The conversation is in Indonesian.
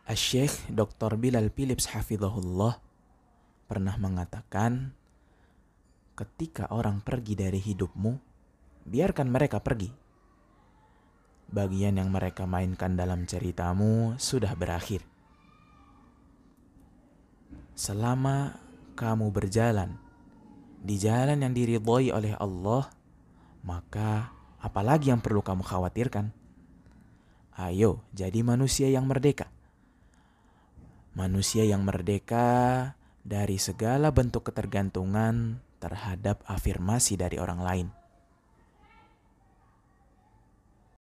Asy-Syaikh Dr. Bilal Philips hafizahullah pernah mengatakan, ketika orang pergi dari hidupmu, biarkan mereka pergi. Bagian yang mereka mainkan dalam ceritamu sudah berakhir. Selama kamu berjalan di jalan yang diridhoi oleh Allah, maka apalagi yang perlu kamu khawatirkan? Ayo, jadi manusia yang merdeka. Manusia yang merdeka dari segala bentuk ketergantungan terhadap afirmasi dari orang lain.